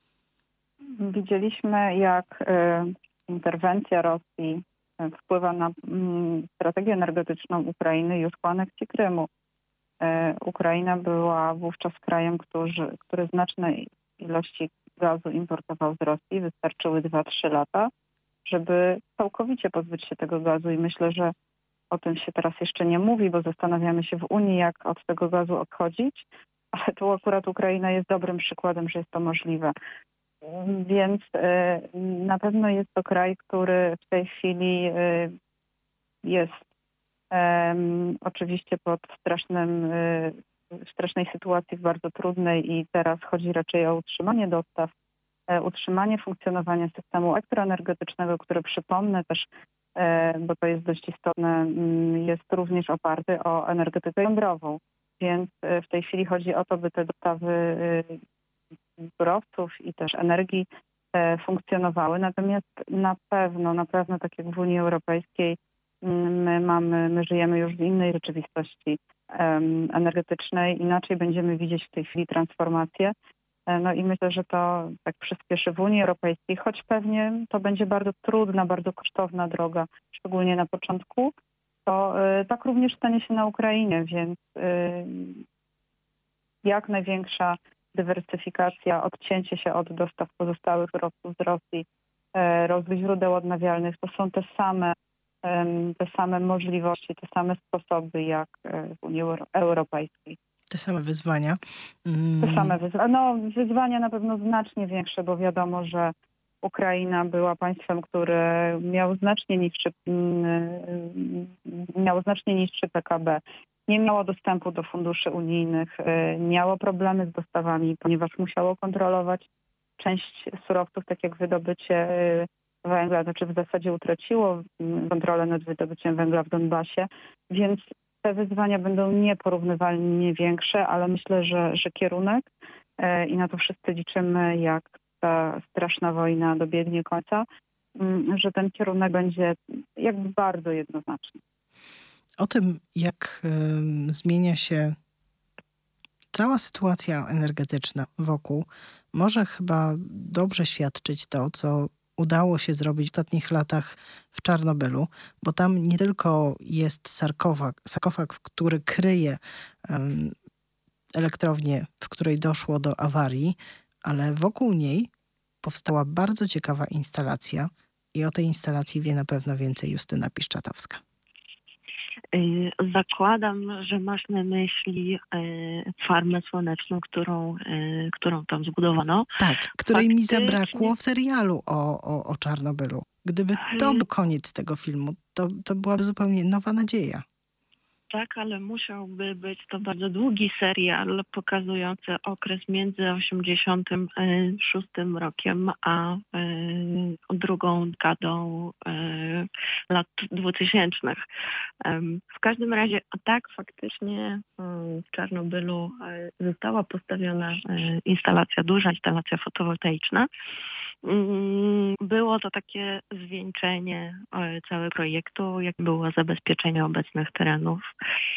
[SPEAKER 3] Widzieliśmy, jak y, interwencja Rosji y, wpływa na y, strategię energetyczną Ukrainy już po aneksji Krymu. Y, Ukraina była wówczas krajem, który, który znaczne ilości gazu importował z Rosji. Wystarczyły dwa trzy lata, żeby całkowicie pozbyć się tego gazu i myślę, że o tym się teraz jeszcze nie mówi, bo zastanawiamy się w Unii, jak od tego gazu odchodzić, ale tu akurat Ukraina jest dobrym przykładem, że jest to możliwe. Więc y, na pewno jest to kraj, który w tej chwili y, jest y, oczywiście pod strasznym, y, w strasznej sytuacji, w bardzo trudnej i teraz chodzi raczej o utrzymanie dostaw, y, utrzymanie funkcjonowania systemu elektroenergetycznego, który przypomnę też, y, bo to jest dość istotne, y, jest również oparty o energetykę jądrową. Więc y, w tej chwili chodzi o to, by te dostawy y, surowców i też energii e, funkcjonowały. Natomiast na pewno, na pewno tak jak w Unii Europejskiej my mamy, my żyjemy już w innej rzeczywistości em, energetycznej. Inaczej będziemy widzieć w tej chwili transformację. E, no i myślę, że to tak przyspieszy w Unii Europejskiej, choć pewnie to będzie bardzo trudna, bardzo kosztowna droga, szczególnie na początku. To e, tak również stanie się na Ukrainie, więc e, jak największa dywersyfikacja, odcięcie się od dostaw pozostałych surowców z Rosji, rozwój źródeł odnawialnych, to są te same em, te same możliwości, te same sposoby jak e, w Unii Euro- Europejskiej.
[SPEAKER 1] Te same wyzwania.
[SPEAKER 3] Te
[SPEAKER 1] Mm,
[SPEAKER 3] same wyzwania. No, wyzwania na pewno znacznie większe, bo wiadomo, że Ukraina była państwem, które miało znacznie niższy, mm, miało znacznie niższy P K B. Nie miało dostępu do funduszy unijnych, y, miało problemy z dostawami, ponieważ musiało kontrolować część surowców, tak jak wydobycie y, węgla, znaczy w zasadzie utraciło mm, kontrolę nad wydobyciem węgla w Donbasie, więc te wyzwania będą nieporównywalnie większe, ale myślę, że, że kierunek y, i na to wszyscy liczymy, jak ta straszna wojna dobiegnie końca, mm, że ten kierunek będzie jakby bardzo jednoznaczny.
[SPEAKER 1] o tym, jak ym, zmienia się cała sytuacja energetyczna wokół, może chyba dobrze świadczyć to, co udało się zrobić w ostatnich latach w Czarnobylu, bo tam nie tylko jest sarkofag, sarkofag który kryje um, elektrownię, w której doszło do awarii, ale wokół niej powstała bardzo ciekawa instalacja i o tej instalacji wie na pewno więcej Justyna Piszczatowska.
[SPEAKER 5] Y, Zakładam, że masz na myśli y, farmę słoneczną, którą, y, którą tam zbudowano.
[SPEAKER 1] Tak, której mi
[SPEAKER 5] Faktycznie.
[SPEAKER 1] zabrakło w serialu o, o, o Czarnobylu. Gdyby to był koniec tego filmu, to, to byłaby zupełnie nowa nadzieja.
[SPEAKER 5] Tak, ale musiałby być to bardzo długi serial pokazujący okres między osiemdziesiątym szóstym rokiem a y, drugą dekadą y, lat dwutysięcznych. Em, W każdym razie tak faktycznie y, w Czarnobylu y, została postawiona y, instalacja, duża instalacja fotowoltaiczna. Mm, Było to takie zwieńczenie e, całego projektu, jak było zabezpieczenie obecnych terenów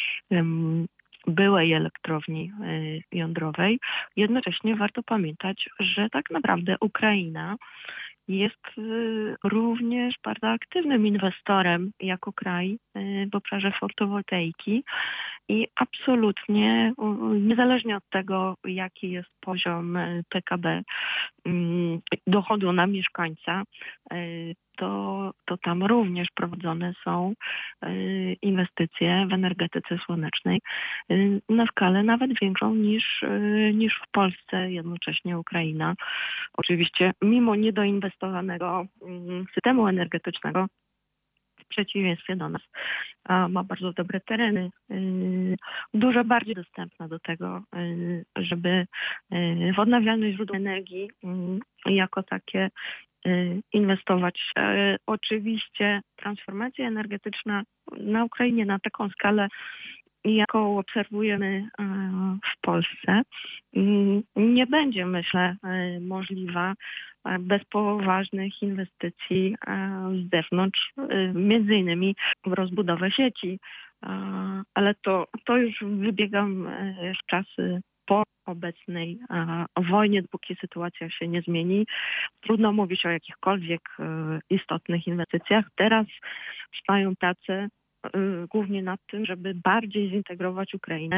[SPEAKER 5] em, byłej elektrowni e, jądrowej. Jednocześnie warto pamiętać, że tak naprawdę Ukraina jest e, również bardzo aktywnym inwestorem jako kraj e, w obszarze fotowoltaiki i absolutnie, u- niezależnie od tego, jaki jest poziom e, P K B, mm, dochodu na mieszkańca, e, to, to tam również prowadzone są e, inwestycje w energetyce słonecznej e, na skalę nawet większą niż, e, niż w Polsce. Jednocześnie Ukraina oczywiście mimo niedoinwestowanego mm, systemu energetycznego, w przeciwieństwie do nas, a ma bardzo dobre tereny, y, dużo bardziej dostępna do tego, y, żeby y, w odnawialne źródła energii y, jako takie y, inwestować. Y, Oczywiście transformacja energetyczna na Ukrainie na taką skalę, jaką obserwujemy e, w Polsce, mm, nie będzie, myślę, e, możliwa e, bez poważnych inwestycji e, z zewnątrz, e, między innymi w rozbudowę sieci. E, Ale to, to już wybiegam e, w czasy po obecnej e, wojnie, dopóki sytuacja się nie zmieni. Trudno mówić o jakichkolwiek e, istotnych inwestycjach. Teraz trwają prace y, głównie nad tym, żeby bardziej zintegrować Ukrainę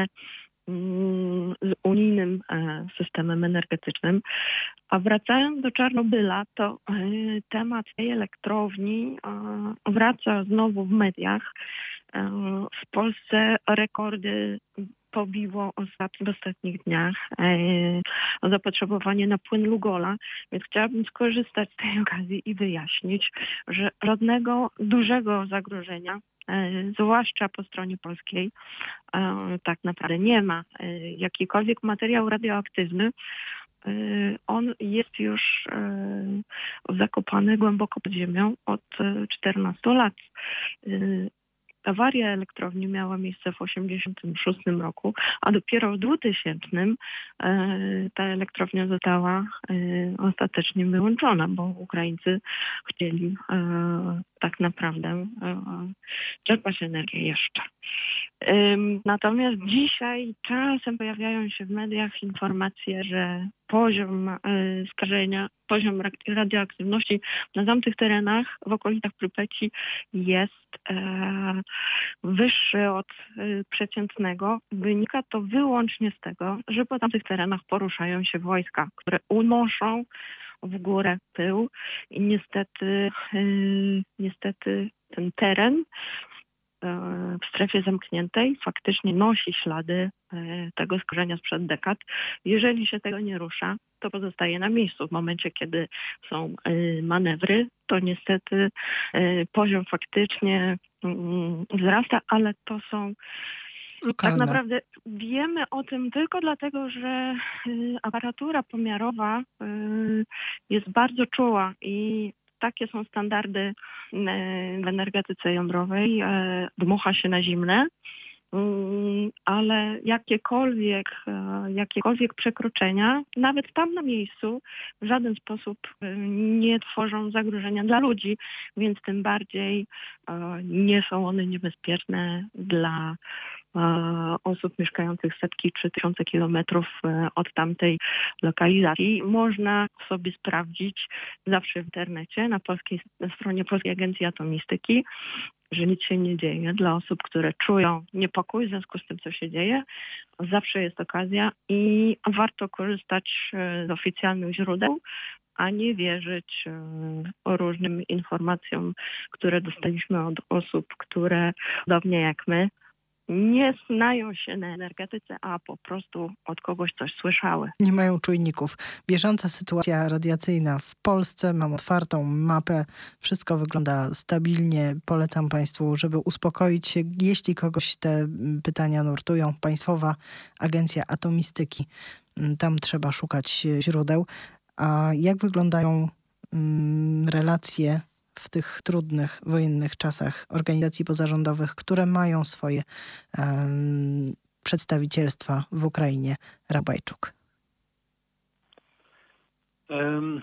[SPEAKER 5] mm, z unijnym e, systemem energetycznym. A wracając do Czarnobyla, to y, temat tej elektrowni e, wraca znowu w mediach. E, W Polsce rekordy pobiło ostat- w ostatnich dniach e, zapotrzebowanie na płyn Lugola, więc chciałabym skorzystać z tej okazji i wyjaśnić, że żadnego dużego zagrożenia, e, zwłaszcza po stronie polskiej, e, tak naprawdę nie ma. E, Jakikolwiek materiał radioaktywny, e, on jest już e, zakopany głęboko pod ziemią od e, czternastu lat. E, Awaria elektrowni miała miejsce w osiemdziesiątym szóstym roku, a dopiero w dwutysięcznym e, ta elektrownia została e, ostatecznie wyłączona, bo Ukraińcy chcieli e, tak naprawdę e, czerpać energię jeszcze. Ym, Natomiast dzisiaj czasem pojawiają się w mediach informacje, że poziom e, skażenia, poziom ra- radioaktywności na tamtych terenach w okolicach Prypeci jest e, wyższy od e, przeciętnego. Wynika to wyłącznie z tego, że po tamtych terenach poruszają się wojska, które unoszą w górę pył i niestety, yy, niestety ten teren w strefie zamkniętej faktycznie nosi ślady tego skażenia sprzed dekad. Jeżeli się tego nie rusza, to pozostaje na miejscu. W momencie, kiedy są manewry, to niestety poziom faktycznie wzrasta, ale to są
[SPEAKER 1] Lokalne.
[SPEAKER 5] tak naprawdę wiemy o tym tylko dlatego, że aparatura pomiarowa jest bardzo czuła i takie są standardy w energetyce jądrowej. Dmucha się na zimne, ale jakiekolwiek, jakiekolwiek przekroczenia, nawet tam na miejscu, w żaden sposób nie tworzą zagrożenia dla ludzi, więc tym bardziej nie są one niebezpieczne dla osób mieszkających setki czy tysiące kilometrów od tamtej lokalizacji. Można sobie sprawdzić zawsze w internecie, na polskiej na stronie Polskiej Agencji Atomistyki, że nic się nie dzieje. Dla osób, które czują niepokój w związku z tym, co się dzieje, zawsze jest okazja i warto korzystać z oficjalnych źródeł, a nie wierzyć różnym informacjom, które dostaliśmy od osób, które podobnie jak my nie znają się na energetyce, a po prostu od kogoś coś słyszały.
[SPEAKER 1] Nie mają czujników. Bieżąca sytuacja radiacyjna w Polsce. Mam otwartą mapę. Wszystko wygląda stabilnie. Polecam Państwu, żeby uspokoić się, jeśli kogoś te pytania nurtują. Państwowa Agencja Atomistyki. Tam trzeba szukać źródeł. A jak wyglądają mm, relacje w tych trudnych, wojennych czasach organizacji pozarządowych, które mają swoje um, przedstawicielstwa w Ukrainie? Rabajczuk.
[SPEAKER 4] Um,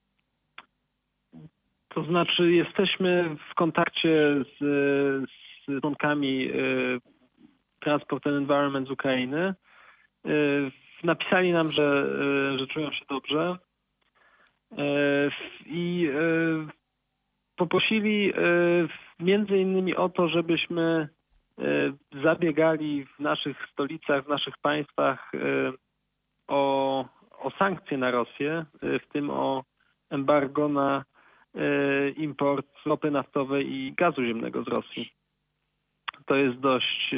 [SPEAKER 4] to znaczy jesteśmy w kontakcie z, z członkami y, Transport and Environment z Ukrainy. Y, napisali nam, że, y, że czują się dobrze y, i y, poprosili między innymi o to, żebyśmy zabiegali w naszych stolicach, w naszych państwach o, o sankcje na Rosję, w tym o embargo na import ropy naftowej i gazu ziemnego z Rosji. To jest dość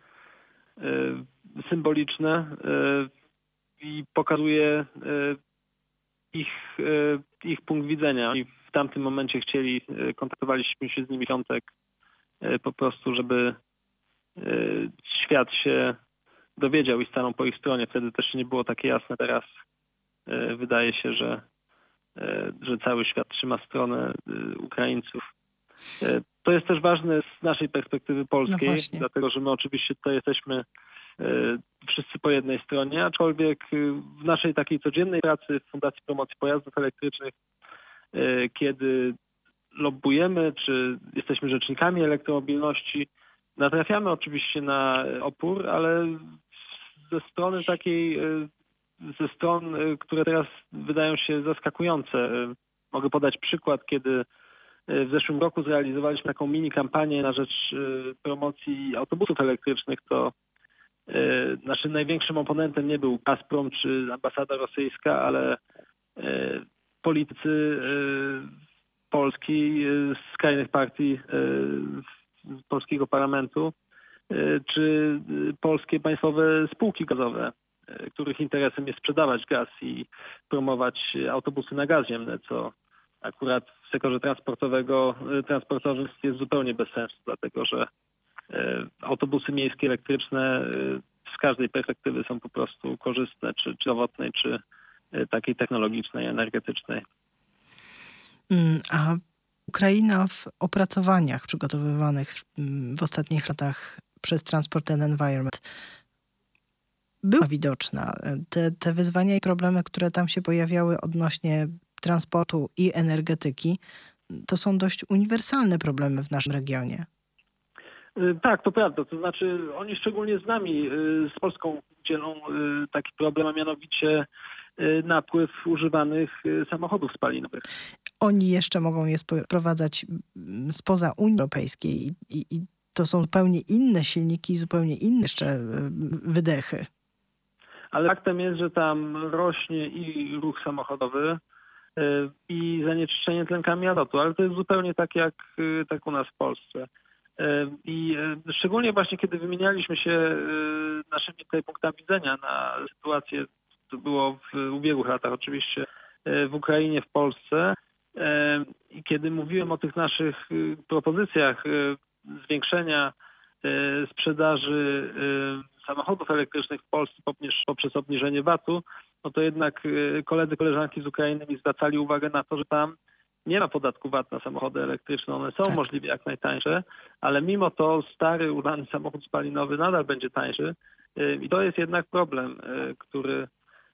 [SPEAKER 4] symboliczne i pokazuje ich, ich punkt widzenia. I w tamtym momencie chcieli, kontaktowaliśmy się z nimi w piątek po prostu, żeby świat się dowiedział i stanął po ich stronie. Wtedy też nie było takie jasne. Teraz wydaje się, że, że cały świat trzyma stronę Ukraińców. To jest też ważne z naszej perspektywy polskiej, no dlatego że my oczywiście tutaj jesteśmy wszyscy po jednej stronie, aczkolwiek w naszej takiej codziennej pracy w Fundacji Promocji Pojazdów Elektrycznych, kiedy lobbujemy, czy jesteśmy rzecznikami elektromobilności, natrafiamy oczywiście na opór, ale ze strony takiej, ze stron, które teraz wydają się zaskakujące. Mogę podać przykład, kiedy w zeszłym roku zrealizowaliśmy taką mini kampanię na rzecz promocji autobusów elektrycznych, to naszym największym oponentem nie był Gazprom czy ambasada rosyjska, ale politycy Polski, z skrajnych partii polskiego parlamentu, czy polskie państwowe spółki gazowe, których interesem jest sprzedawać gaz i promować autobusy na gaz ziemny, co akurat w sektorze transportowego, transportowym jest zupełnie bez sensu, dlatego że autobusy miejskie elektryczne z każdej perspektywy są po prostu korzystne, czy, czy zdrowotnej, czy takiej technologicznej, energetycznej.
[SPEAKER 1] A Ukraina w opracowaniach przygotowywanych w, w ostatnich latach przez Transport and Environment była widoczna. Te, te wyzwania i problemy, które tam się pojawiały odnośnie transportu i energetyki, to są dość uniwersalne problemy w naszym regionie.
[SPEAKER 4] Tak, to prawda. To znaczy oni szczególnie z nami, z Polską dzielą taki problem, a mianowicie napływ używanych samochodów spalinowych.
[SPEAKER 1] Oni jeszcze mogą je sprowadzać spoza Unii Europejskiej i, i, i to są zupełnie inne silniki, zupełnie inne jeszcze wydechy.
[SPEAKER 4] Ale faktem jest, że tam rośnie i ruch samochodowy, i zanieczyszczenie tlenkami azotu, ale to jest zupełnie tak jak tak u nas w Polsce. I szczególnie właśnie kiedy wymienialiśmy się naszymi tutaj punktami widzenia na sytuację, to było w ubiegłych latach oczywiście, w Ukrainie, w Polsce, i kiedy mówiłem o tych naszych propozycjach zwiększenia sprzedaży samochodów elektrycznych w Polsce poprzez obniżenie vatu, no to jednak koledzy, koleżanki z Ukrainy mi zwracali uwagę na to, że tam nie ma podatku V A T na samochody elektryczne. One są
[SPEAKER 1] Tak.
[SPEAKER 4] możliwie jak najtańsze, ale mimo to stary, udany samochód spalinowy nadal będzie tańszy. I to jest jednak problem, który,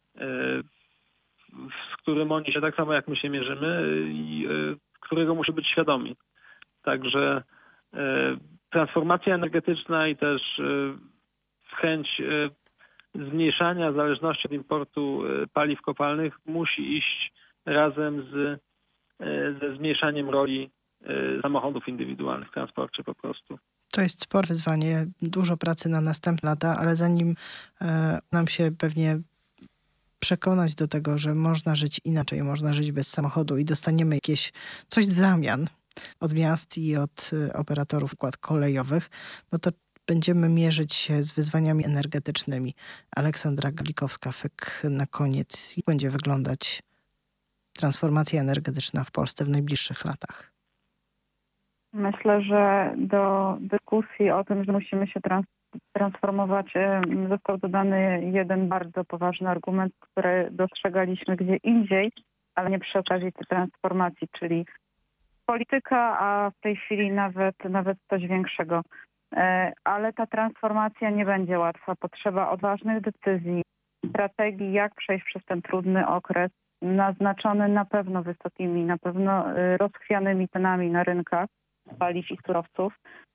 [SPEAKER 4] z którym oni się tak samo jak my się mierzymy i którego musi być świadomi. Także transformacja energetyczna i też chęć zmniejszania zależności od importu paliw kopalnych musi iść razem z, ze zmniejszaniem roli samochodów indywidualnych w transporcie po prostu.
[SPEAKER 1] To jest spore wyzwanie, dużo pracy na następne lata, ale zanim e, nam się pewnie przekonać do tego, że można żyć inaczej, można żyć bez samochodu i dostaniemy jakieś coś w zamian od miast i od operatorów układ kolejowych, no to będziemy mierzyć się z wyzwaniami energetycznymi. Aleksandra Gawlikowska-Fyk na koniec. Jak będzie wyglądać transformacja energetyczna w Polsce w najbliższych latach?
[SPEAKER 3] Myślę, że do dyskusji o tym, że musimy się trans- transformować, został dodany jeden bardzo poważny argument, który dostrzegaliśmy gdzie indziej, ale nie przy okazji tej transformacji, czyli polityka, a w tej chwili nawet, nawet coś większego. Ale ta transformacja nie będzie łatwa. Potrzeba odważnych decyzji, strategii, jak przejść przez ten trudny okres, naznaczony na pewno wysokimi, na pewno rozchwianymi cenami na rynkach paliw i surowców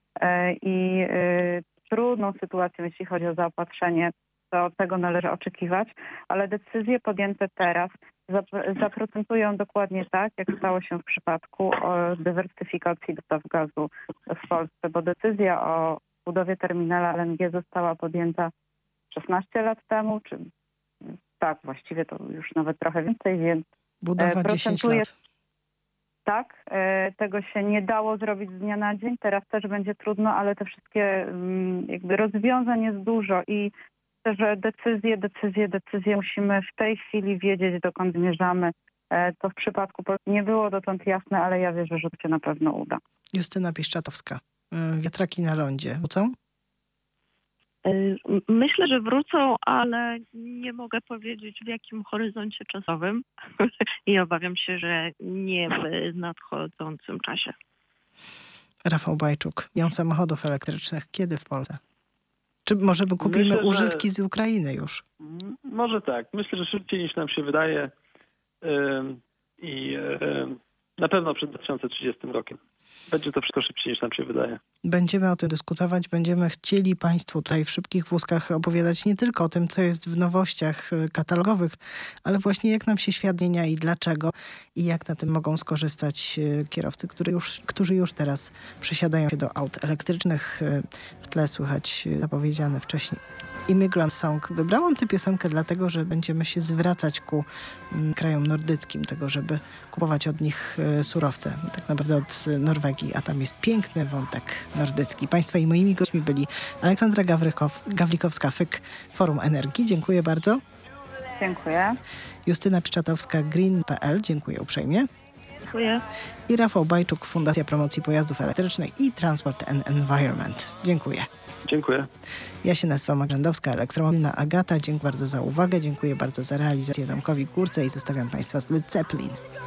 [SPEAKER 3] i trudną sytuacją, jeśli chodzi o zaopatrzenie, to tego należy oczekiwać, ale decyzje podjęte teraz zaprocentują dokładnie tak, jak stało się w przypadku o dywersyfikacji dostaw gazu w Polsce, bo decyzja o budowie terminala L N G została podjęta szesnaście lat temu, czy tak, właściwie to już nawet trochę więcej, więc
[SPEAKER 1] Budowa dziesięć lat.
[SPEAKER 3] Tak, tego się nie dało zrobić z dnia na dzień, teraz też będzie trudno, ale te wszystkie jakby rozwiązań jest dużo i że decyzje, decyzje, decyzje musimy w tej chwili wiedzieć, dokąd zmierzamy. To w przypadku Polski nie było dotąd jasne, ale ja wierzę, że to się na pewno uda.
[SPEAKER 1] Justyna Piszczatowska. Wiatraki na lądzie. Wrócą?
[SPEAKER 5] Myślę, że wrócą, ale nie mogę powiedzieć w jakim horyzoncie czasowym i obawiam się, że nie w nadchodzącym czasie.
[SPEAKER 1] Rafał Bajczuk. Ją samochodów elektrycznych. Kiedy w Polsce? Czy może kupimy
[SPEAKER 4] Myślę,
[SPEAKER 1] używki
[SPEAKER 4] że...
[SPEAKER 1] z Ukrainy już?
[SPEAKER 4] Może tak. Myślę, że szybciej niż nam się wydaje i yy, na pewno przed dwa tysiące trzydziestym rokiem. Będzie to wszystko szybciej niż nam się wydaje.
[SPEAKER 1] Będziemy o tym dyskutować. Będziemy chcieli Państwu tutaj w Szybkich Wózkach opowiadać nie tylko o tym, co jest w nowościach katalogowych, ale właśnie jak nam się świat zmienia i dlaczego i jak na tym mogą skorzystać kierowcy, którzy już, którzy już teraz przesiadają się do aut elektrycznych. W tle słychać zapowiedziane wcześniej Immigrant Song. Wybrałam tę piosenkę dlatego, że będziemy się zwracać ku krajom nordyckim, tego, żeby kupować od nich surowce. Tak naprawdę od Norwegii, a tam jest piękny wątek nordycki. Państwa i moimi gośćmi byli Aleksandra Gawrykow, Gawlikowska-Fyk, Forum Energii. Dziękuję bardzo.
[SPEAKER 3] Dziękuję.
[SPEAKER 1] Justyna Piszczatowska, green kropka p l. Dziękuję uprzejmie.
[SPEAKER 5] Dziękuję.
[SPEAKER 1] I Rafał Bajczuk, Fundacja Promocji Pojazdów Elektrycznych i Transport and Environment. Dziękuję.
[SPEAKER 4] Dziękuję.
[SPEAKER 1] Ja się nazywam Magrzędowska, elektromobilna Agata. Dziękuję bardzo za uwagę. Dziękuję bardzo za realizację Tomkowi Górce i zostawiam Państwa z Led Zeppelin.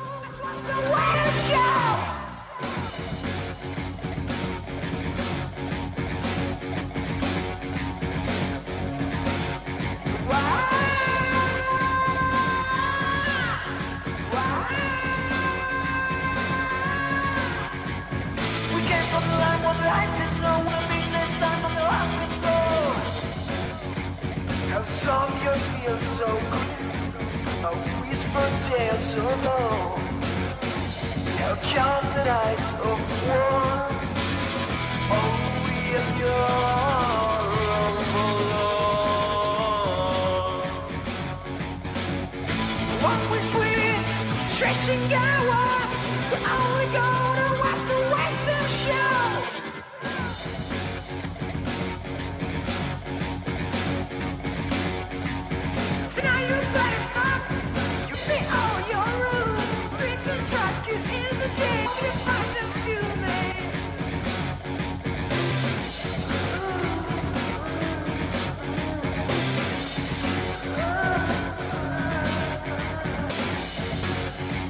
[SPEAKER 7] Some years feel so good, a whispered tale so long. Now come the nights of war. Oh, we are your alone. What we sweet. Tristan Gowers, we're only gonna watch the Western show. So now you better stop, you be on your room. Please trust you in the day.